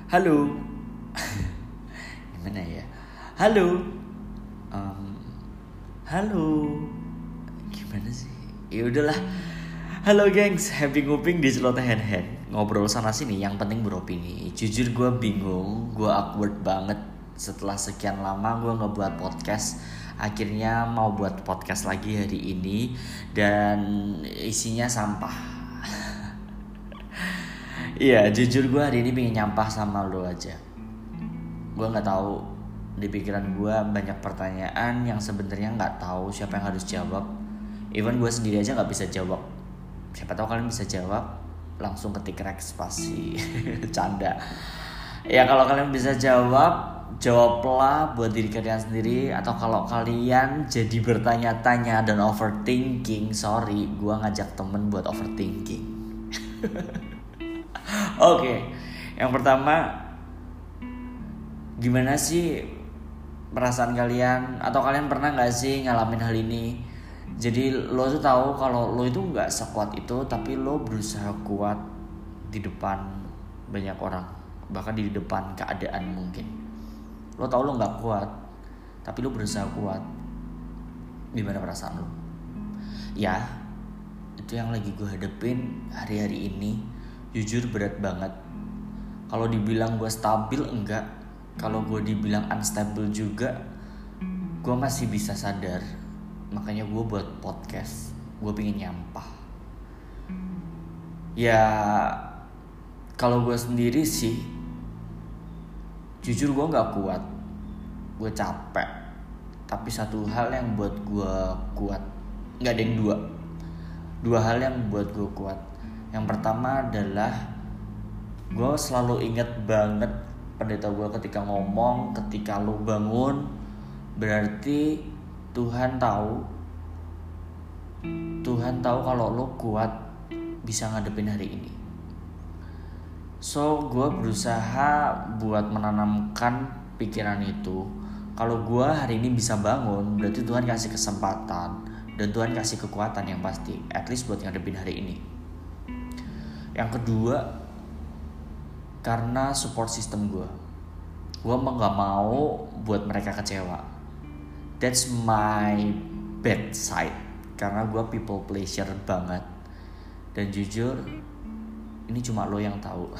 Halo. Gimana ya? Halo. Halo. Gimana sih? Ya udahlah. Halo gengs, happy nguping di celoteh hand. Ngobrol sana sini, yang penting beropini. Jujur gue bingung, gue awkward banget. Setelah sekian lama gue ngebuat podcast, akhirnya mau buat podcast lagi hari ini. Dan isinya sampah. Iya, jujur gue hari ini pengen nyampah sama lo aja. Gue nggak tahu, di pikiran gue banyak pertanyaan yang sebenarnya nggak tahu siapa yang harus jawab. Even gue sendiri aja nggak bisa jawab. Siapa tahu kalian bisa jawab, langsung ketik Rex spasi. Canda. Ya kalau kalian bisa jawab, jawablah buat diri kalian sendiri. Atau kalau kalian jadi bertanya-tanya dan overthinking, sorry, gue ngajak temen buat overthinking. Oke, yang pertama, gimana sih perasaan kalian? Atau kalian pernah gak sih ngalamin hal ini? Jadi lo tuh tahu kalau lo itu gak sekuat itu, tapi lo berusaha kuat di depan banyak orang, bahkan di depan keadaan mungkin. Lo tahu lo gak kuat, tapi lo berusaha kuat. Gimana perasaan lo? Ya, itu yang lagi gue hadepin hari-hari ini. Jujur berat banget. Kalau dibilang gue stabil enggak, kalau gue dibilang unstable juga, gue masih bisa sadar. Makanya gue buat podcast, gue pengen nyampah. Ya kalau gue sendiri sih, jujur gue gak kuat, gue capek. Tapi satu hal yang buat gue kuat, gak ada yang dua hal yang buat gue kuat. Yang pertama adalah gue selalu ingat banget pendeta gue ketika ngomong, ketika lo bangun berarti Tuhan tahu kalau lo kuat bisa ngadepin hari ini. So gue berusaha buat menanamkan pikiran itu. Kalau gue hari ini bisa bangun, berarti Tuhan kasih kesempatan dan Tuhan kasih kekuatan yang pasti, at least buat ngadepin hari ini. Yang kedua, karena support system gue gak mau buat mereka kecewa. That's my bad side, karena gue people pleasure banget. Dan jujur, ini cuma lo yang tahu.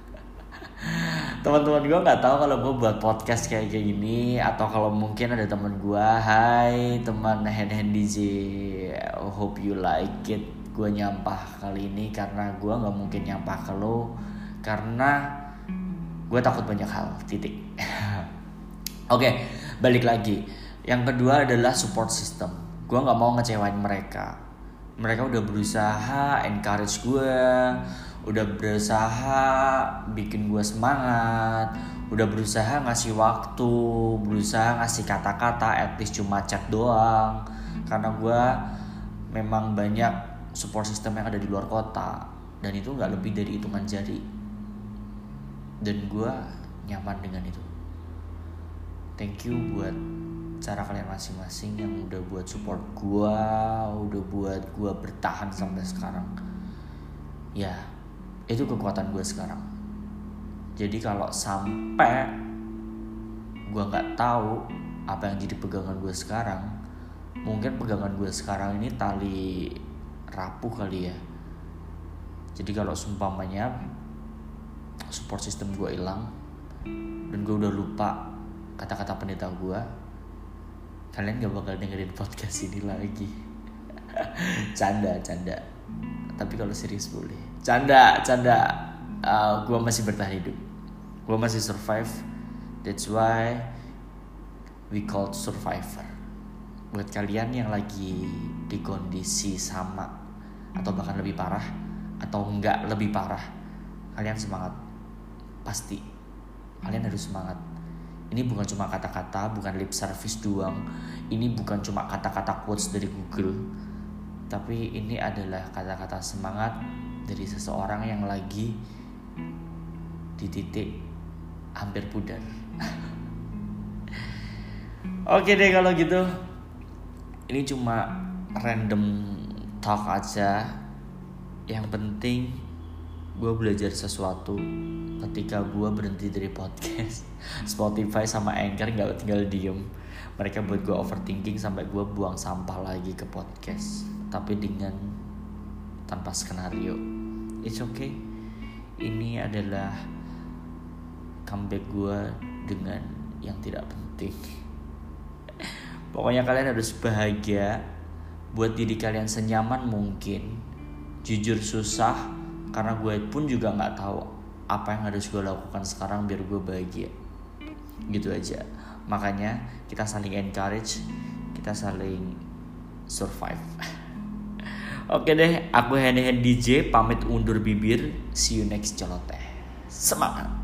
Teman-teman gue nggak tahu kalau gue buat podcast kayak gini, atau kalau mungkin ada teman gue, hai teman hand DJ, hope you like it. Gue nyampah kali ini karena gue nggak mungkin nyampah ke lo, karena gue takut banyak hal. Titik. Oke, balik lagi. Yang kedua adalah support system. Gue nggak mau ngecewain mereka. Mereka udah berusaha encourage gue, udah berusaha bikin gue semangat, udah berusaha ngasih waktu, berusaha ngasih kata-kata, at least cuma chat doang. Karena gue memang banyak support system yang ada di luar kota, dan itu gak lebih dari hitungan jari. Dan gue nyaman dengan itu. Thank you buat cara kalian masing-masing yang udah buat support gue, udah buat gue bertahan sampai sekarang. Ya, itu kekuatan gue sekarang. Jadi kalau sampai gue gak tahu apa yang jadi pegangan gue sekarang, mungkin pegangan gue sekarang ini tali rapuh kali ya. Jadi kalau seumpamanya support system gue hilang dan gue udah lupa kata-kata pendeta gue, kalian gak bakal dengerin podcast ini lagi. Canda. Tapi kalau serius boleh. Canda. Gue masih bertahan hidup, gue masih survive. That's why we called survivor. Buat kalian yang lagi di kondisi sama atau bahkan lebih parah, atau enggak lebih parah, kalian semangat. Pasti kalian harus semangat. Ini bukan cuma kata-kata, bukan lip service doang. Ini bukan cuma kata-kata quotes dari Google, tapi ini adalah kata-kata semangat dari seseorang yang lagi di titik hampir pudar. Oke deh kalau gitu. Ini cuma random talk aja. Yang penting gue belajar sesuatu ketika gue berhenti dari podcast. Spotify sama Anchor gak tinggal diem. Mereka buat gue overthinking sampai gue buang sampah lagi ke podcast, tapi dengan tanpa skenario. It's okay. Ini adalah comeback gue dengan yang tidak penting. Pokoknya kalian harus bahagia. Buat diri kalian senyaman mungkin. Jujur susah, karena gue pun juga gak tahu apa yang harus gue lakukan sekarang biar gue bahagia. Gitu aja. Makanya kita saling encourage, kita saling survive. Oke deh, aku Hen DJ pamit undur bibir. See you next celoteh. Semangat.